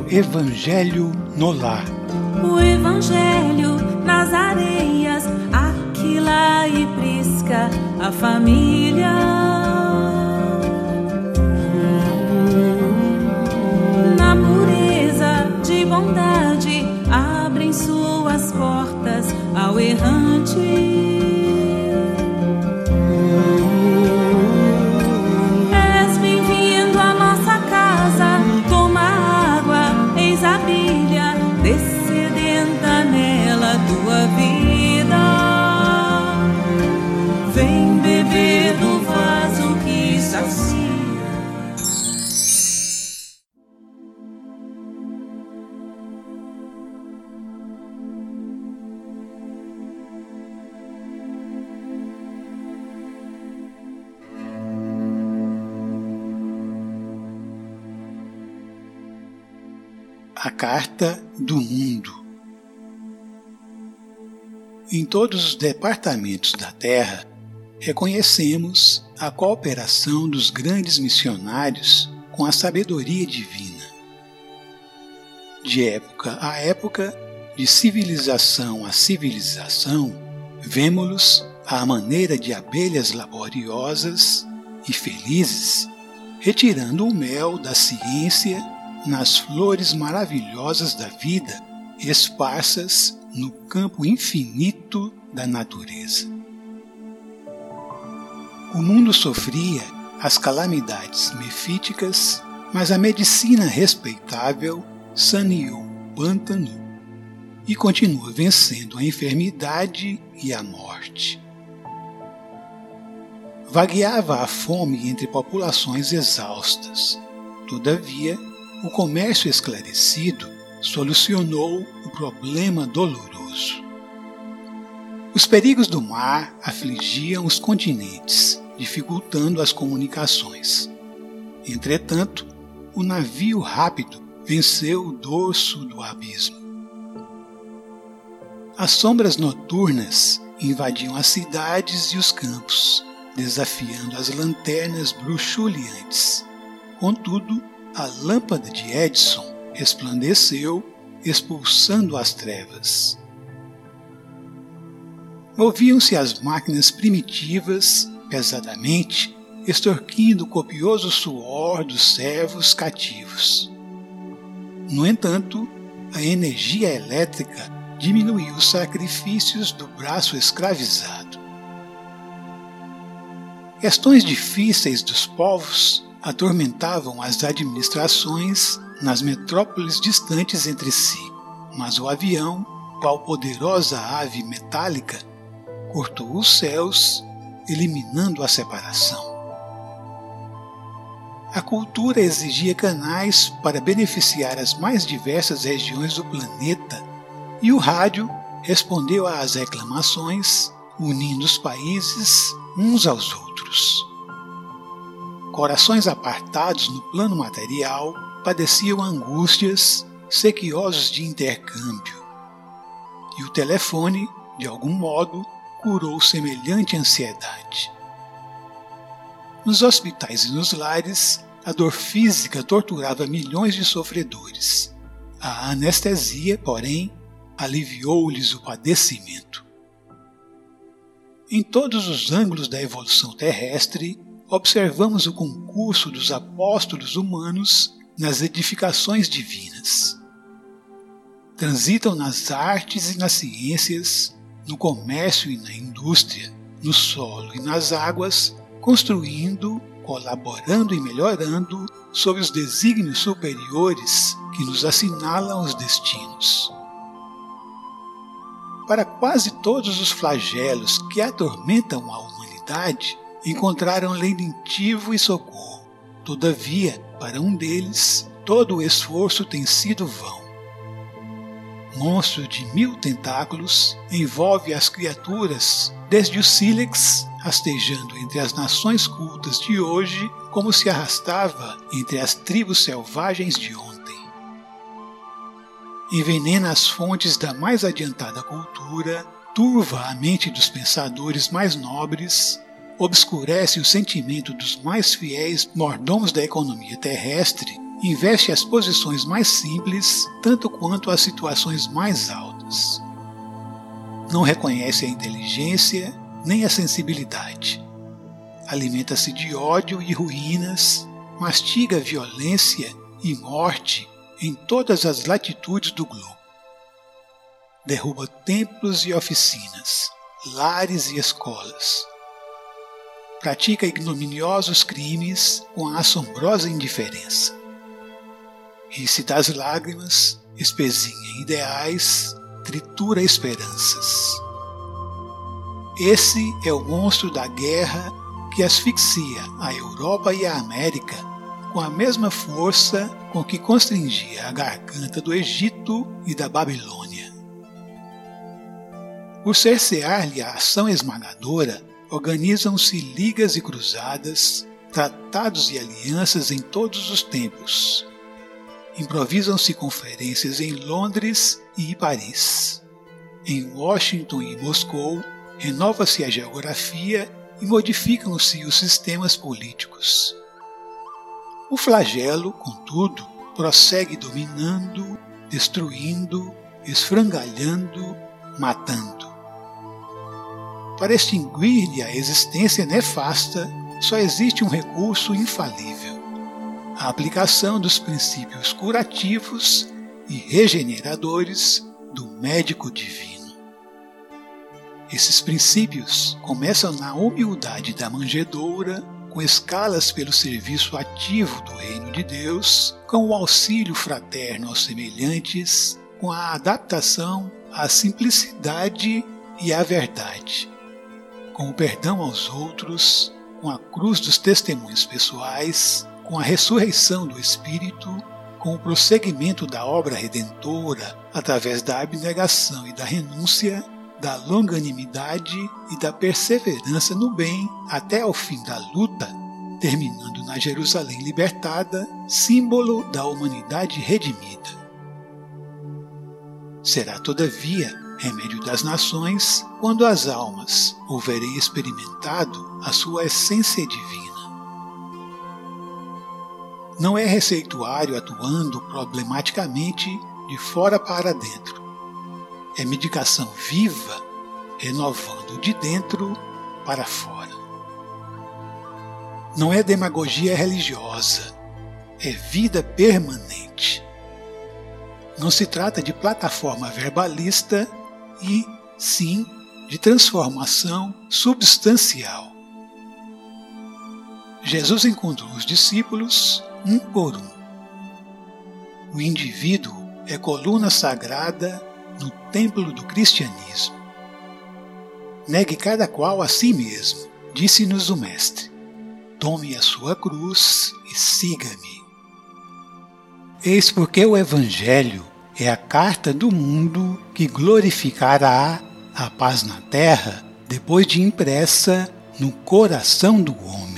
Evangelho no Lar. O Evangelho nas areias, Aquila e Prisca, a família. Na pureza de bondade, abrem suas portas ao errante. Descedenta nela tua vida, vem beber do vaso que sacia. A Carta do Mundo. Em todos os departamentos da Terra, reconhecemos a cooperação dos grandes missionários com a sabedoria divina. De época a época, de civilização a civilização, vemo-los à maneira de abelhas laboriosas e felizes, retirando o mel da ciência nas flores maravilhosas da vida, esparsas no campo infinito da natureza. O mundo sofria as calamidades mefíticas, mas a medicina respeitável saneou o pântano e continua vencendo a enfermidade e a morte. Vagueava a fome entre populações exaustas. Todavia, o comércio esclarecido solucionou o problema doloroso. Os perigos do mar afligiam os continentes, dificultando as comunicações. Entretanto, o navio rápido venceu o dorso do abismo. As sombras noturnas invadiam as cidades e os campos, desafiando as lanternas bruxuleantes. Contudo, a lâmpada de Edison resplandeceu, expulsando as trevas. Moviam-se as máquinas primitivas, pesadamente, extorquindo o copioso suor dos servos cativos. No entanto, a energia elétrica diminuiu os sacrifícios do braço escravizado. Questões difíceis dos povos atormentavam as administrações nas metrópoles distantes entre si, mas o avião, qual poderosa ave metálica, cortou os céus, eliminando a separação. A cultura exigia canais para beneficiar as mais diversas regiões do planeta, e o rádio respondeu às reclamações, unindo os países uns aos outros. Corações apartados no plano material padeciam angústias, sequiosos de intercâmbio. E o telefone, de algum modo, curou semelhante ansiedade. Nos hospitais e nos lares, a dor física torturava milhões de sofredores. A anestesia, porém, aliviou-lhes o padecimento. Em todos os ângulos da evolução terrestre, observamos o concurso dos apóstolos humanos nas edificações divinas. Transitam nas artes e nas ciências, no comércio e na indústria, no solo e nas águas, construindo, colaborando e melhorando sob os desígnios superiores que nos assinalam os destinos. Para quase todos os flagelos que atormentam a humanidade, encontraram lenitivo e socorro. Todavia, para um deles, todo o esforço tem sido vão. Monstro de 1000 tentáculos envolve as criaturas desde o sílex, rastejando entre as nações cultas de hoje como se arrastava entre as tribos selvagens de ontem. Envenena as fontes da mais adiantada cultura, turva a mente dos pensadores mais nobres, obscurece o sentimento dos mais fiéis mordomos da economia terrestre investe as posições mais simples tanto quanto as situações mais altas. Não reconhece a inteligência nem a sensibilidade. Alimenta-se de ódio e ruínas, mastiga violência e morte em todas as latitudes do globo. Derruba templos e oficinas, lares e escolas. Pratica ignominiosos crimes com a assombrosa indiferença. Ri-se das lágrimas, espezinha ideais, tritura esperanças. Esse é o monstro da guerra que asfixia a Europa e a América com a mesma força com que constringia a garganta do Egito e da Babilônia. Por cercear-lhe a ação esmagadora, organizam-se ligas e cruzadas, tratados e alianças em todos os tempos. Improvisam-se conferências em Londres e Paris. Em Washington e Moscou, renova-se a geografia e modificam-se os sistemas políticos. O flagelo, contudo, prossegue dominando, destruindo, esfrangalhando, matando. Para extinguir-lhe a existência nefasta, só existe um recurso infalível: a aplicação dos princípios curativos e regeneradores do médico divino. Esses princípios começam na humildade da manjedoura, com escalas pelo serviço ativo do reino de Deus, com o auxílio fraterno aos semelhantes, com a adaptação à simplicidade e à verdade, com o perdão aos outros, com a cruz dos testemunhos pessoais, com a ressurreição do Espírito, com o prosseguimento da obra redentora através da abnegação e da renúncia, da longanimidade e da perseverança no bem até ao fim da luta, terminando na Jerusalém libertada, símbolo da humanidade redimida. Será, todavia, remédio das nações quando as almas houverem experimentado a sua essência divina. Não é receituário atuando problematicamente de fora para dentro. É medicação viva, renovando de dentro para fora. Não é demagogia religiosa, é vida permanente. Não se trata de plataforma verbalista e, sim, de transformação substancial. Jesus encontrou os discípulos um por um. O indivíduo é coluna sagrada no templo do cristianismo. Negue cada qual a si mesmo, disse-nos o Mestre. Tome a sua cruz e siga-me. Eis porque o Evangelho é a carta do mundo que glorificará a paz na terra depois de impressa no coração do homem.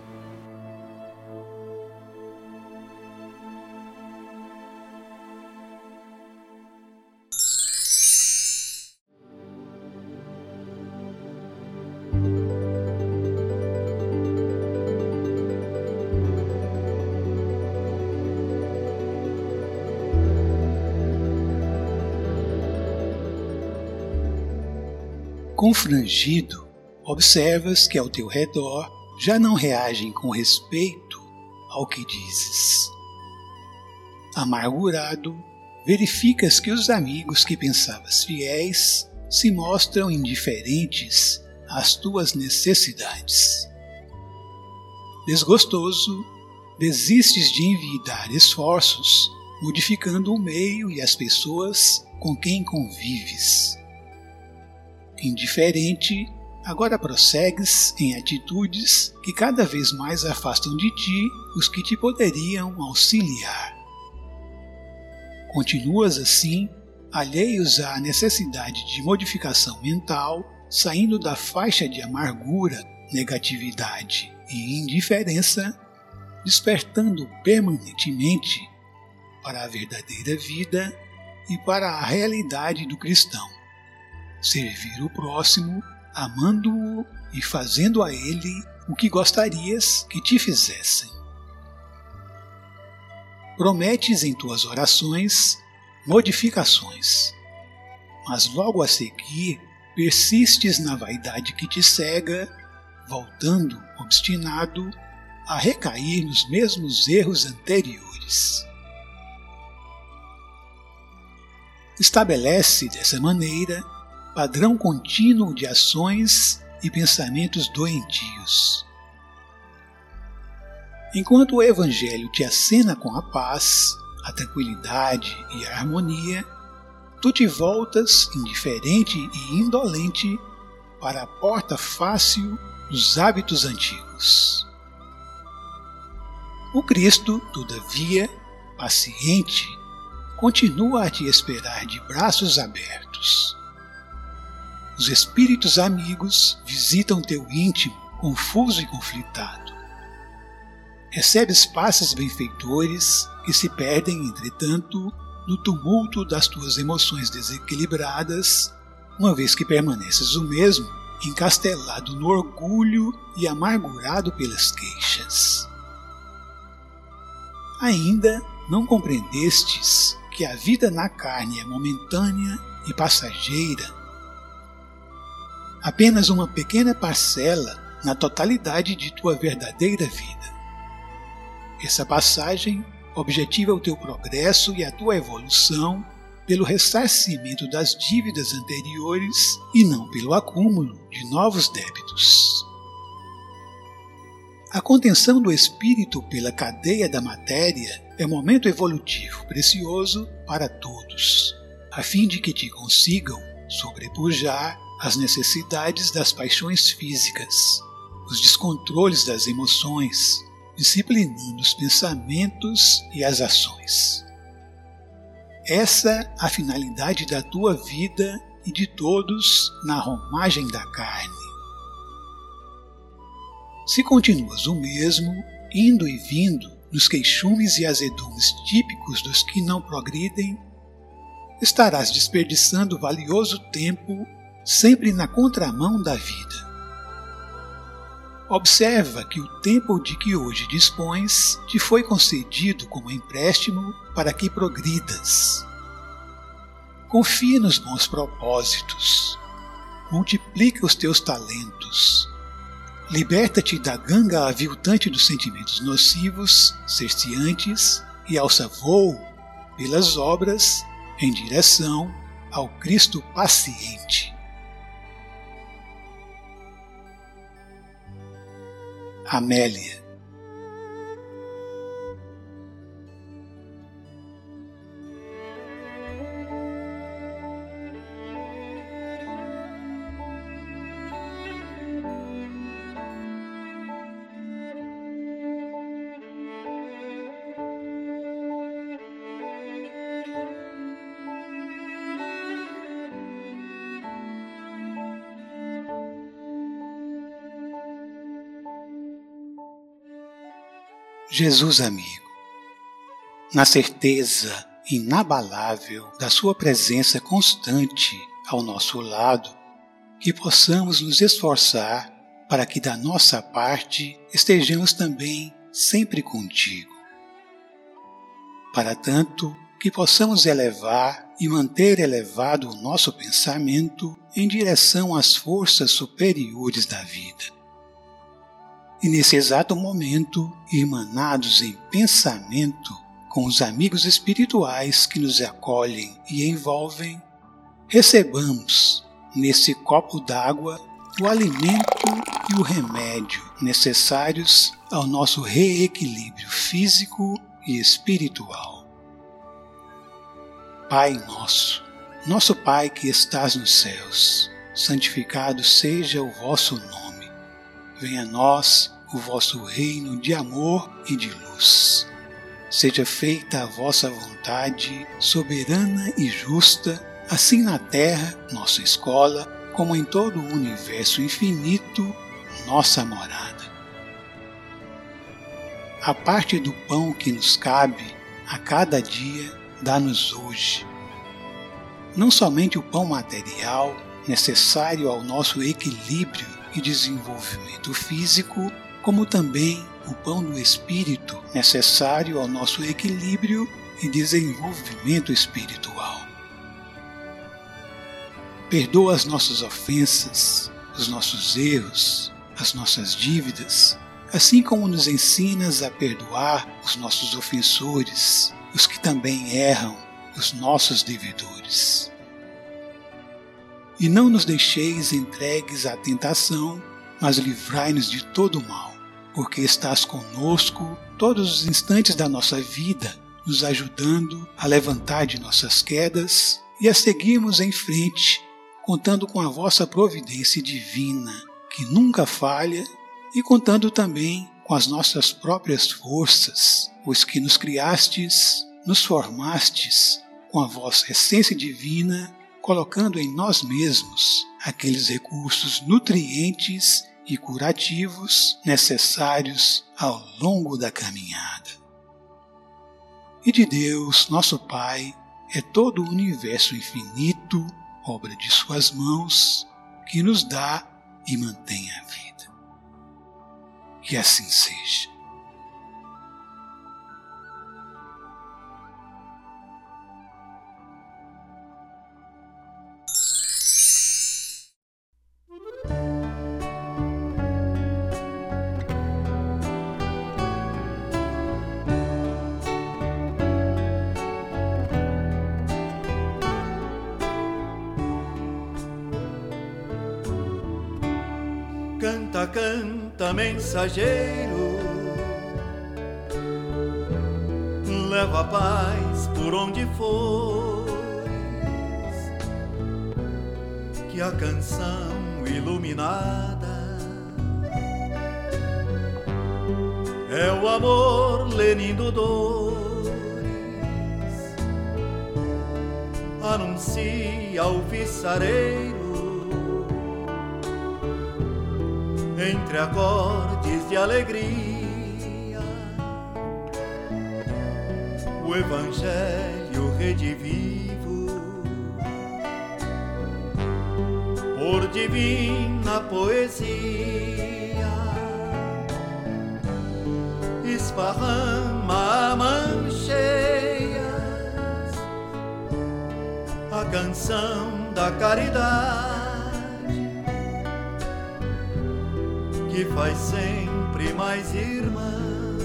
Confrangido, observas que ao teu redor já não reagem com respeito ao que dizes. Amargurado, verificas que os amigos que pensavas fiéis se mostram indiferentes às tuas necessidades. Desgostoso, desistes de envidar esforços, modificando o meio e as pessoas com quem convives. Indiferente, agora prossegues em atitudes que cada vez mais afastam de ti os que te poderiam auxiliar. Continuas assim, alheios à necessidade de modificação mental, saindo da faixa de amargura, negatividade e indiferença, despertando permanentemente para a verdadeira vida e para a realidade do cristão. Servir o próximo, amando-o e fazendo a ele o que gostarias que te fizessem. prometes em tuas orações modificações, mas logo a seguir persistes na vaidade que te cega, voltando, obstinado, a recair nos mesmos erros anteriores. Estabelece, dessa maneira, padrão contínuo de ações e pensamentos doentios. Enquanto o Evangelho te acena com a paz, a tranquilidade e a harmonia, tu te voltas, indiferente e indolente, para a porta fácil dos hábitos antigos. O Cristo, todavia, paciente, continua a te esperar de braços abertos. Os espíritos amigos visitam teu íntimo, confuso e conflitado. Recebes passes benfeitores que se perdem, entretanto, no tumulto das tuas emoções desequilibradas, uma vez que permaneces o mesmo, encastelado no orgulho e amargurado pelas queixas. Ainda não compreendestes que a vida na carne é momentânea e passageira, apenas uma pequena parcela na totalidade de tua verdadeira vida. Essa passagem objetiva o teu progresso e a tua evolução pelo ressarcimento das dívidas anteriores e não pelo acúmulo de novos débitos. A contenção do espírito pela cadeia da matéria é momento evolutivo precioso para todos, a fim de que te consigam sobrepujar as necessidades das paixões físicas, os descontroles das emoções, disciplinando os pensamentos e as ações. Essa a finalidade da tua vida e de todos na romagem da carne. Se continuas o mesmo, indo e vindo nos queixumes e azedumes típicos dos que não progridem, estarás desperdiçando valioso tempo sempre na contramão da vida. Observa que o tempo de que hoje dispões te foi concedido como empréstimo para que progridas. Confia nos bons propósitos, multiplica os teus talentos, liberta-te da ganga aviltante dos sentimentos nocivos, cerceantes e alça voo pelas obras em direção ao Cristo paciente. Amélia. Jesus amigo, na certeza inabalável da sua presença constante ao nosso lado, que possamos nos esforçar para que da nossa parte estejamos também sempre contigo. Para tanto, que possamos elevar e manter elevado o nosso pensamento em direção às forças superiores da vida. E nesse exato momento, irmanados em pensamento com os amigos espirituais que nos acolhem e envolvem, recebamos nesse copo d'água o alimento e o remédio necessários ao nosso reequilíbrio físico e espiritual. Pai nosso, nosso Pai que estás nos céus, santificado seja o vosso nome. Venha a nós o vosso reino de amor e de luz. Seja feita a vossa vontade, soberana e justa, assim na terra, nossa escola, como em todo o universo infinito, nossa morada. A parte do pão que nos cabe a cada dia, dá-nos hoje. Não somente o pão material, necessário ao nosso equilíbrio e desenvolvimento físico, como também o pão do Espírito, necessário ao nosso equilíbrio e desenvolvimento espiritual. Perdoa as nossas ofensas, os nossos erros, as nossas dívidas, assim como nos ensinas a perdoar os nossos ofensores, os que também erram, os nossos devedores. E não nos deixeis entregues à tentação, mas livrai-nos de todo o mal, porque estás conosco todos os instantes da nossa vida, nos ajudando a levantar de nossas quedas e a seguirmos em frente, contando com a vossa providência divina, que nunca falha, e contando também com as nossas próprias forças, pois que nos criastes, nos formastes com a vossa essência divina, colocando em nós mesmos aqueles recursos nutrientes e curativos necessários ao longo da caminhada. E de Deus, nosso Pai, é todo o universo infinito, obra de suas mãos, que nos dá e mantém a vida. Que assim seja. Canta, canta, mensageiro, leva a paz por onde fores, que a canção iluminada é o amor lenindo dores, anuncia o viçareiro entre acordes de alegria, o Evangelho redivivo, por divina poesia, esparrama a mancheias a canção da caridade, que faz sempre mais irmãos,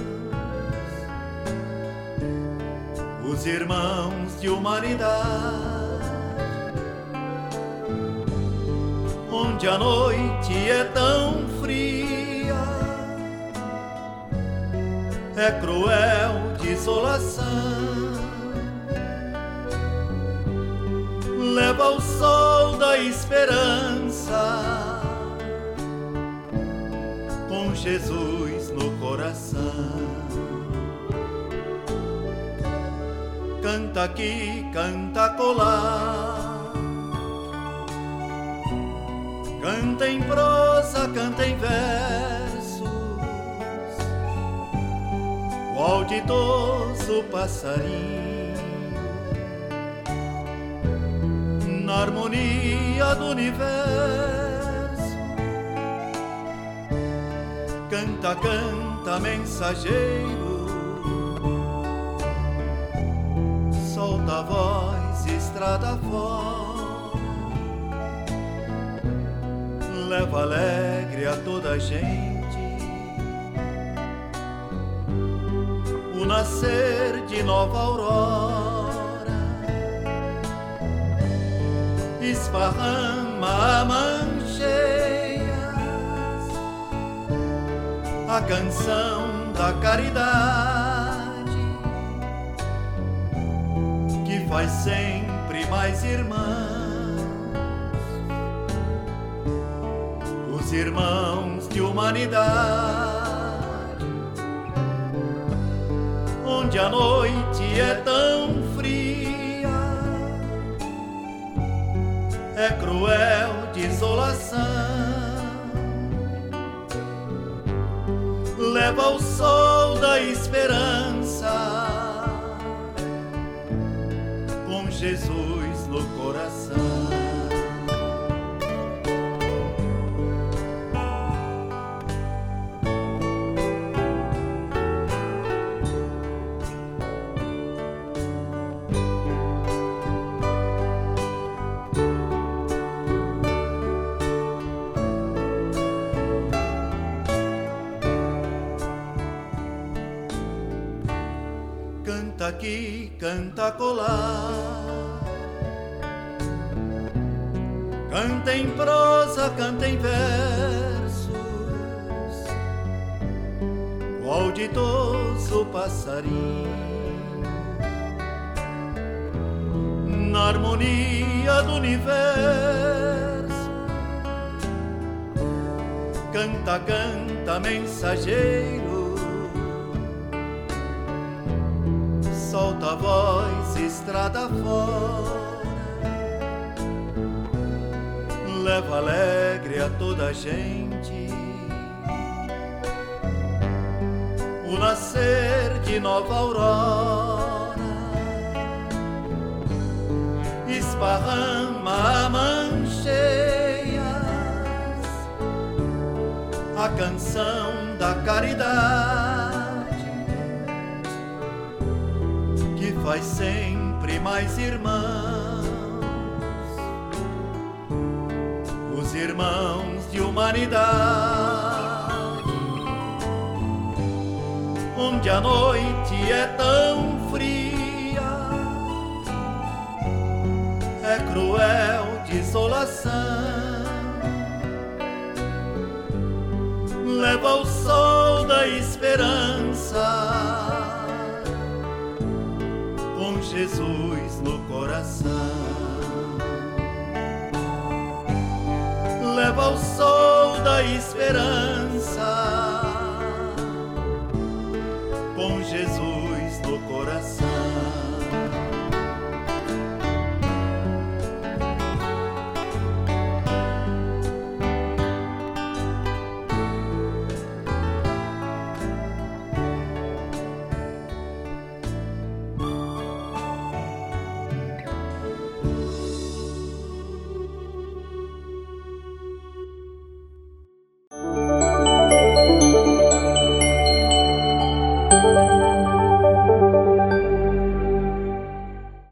os irmãos de humanidade, onde a noite é tão fria, é cruel desolação, leva o sol da esperança, com Jesus no coração. Canta aqui, canta acolá, canta em prosa, canta em versos, qual ditoso passarinho, na harmonia do universo. Canta, canta, mensageiro, solta a voz, estrada fora, leva alegre a toda a gente o nascer de nova aurora, esparrama a mancheias a canção da caridade, que faz sempre mais irmãos, os irmãos de humanidade, onde a noite é tão fria, é cruel desolação, leva o sol da esperança, com Jesus no coração. Canta aqui, canta acolá, canta em prosa, canta em versos, qual ditoso passarinho, na harmonia do universo. Canta, canta, mensageiro, solta a voz, estrada fora, leva alegre a toda a gente o nascer de nova aurora, esparrama a mancheias a canção da caridade, que faz sempre mais irmãos, os irmãos de humanidade, onde a noite é tão fria, é cruel desolação, leva o sol da esperança, com Jesus no coração. Leva o sol da esperança,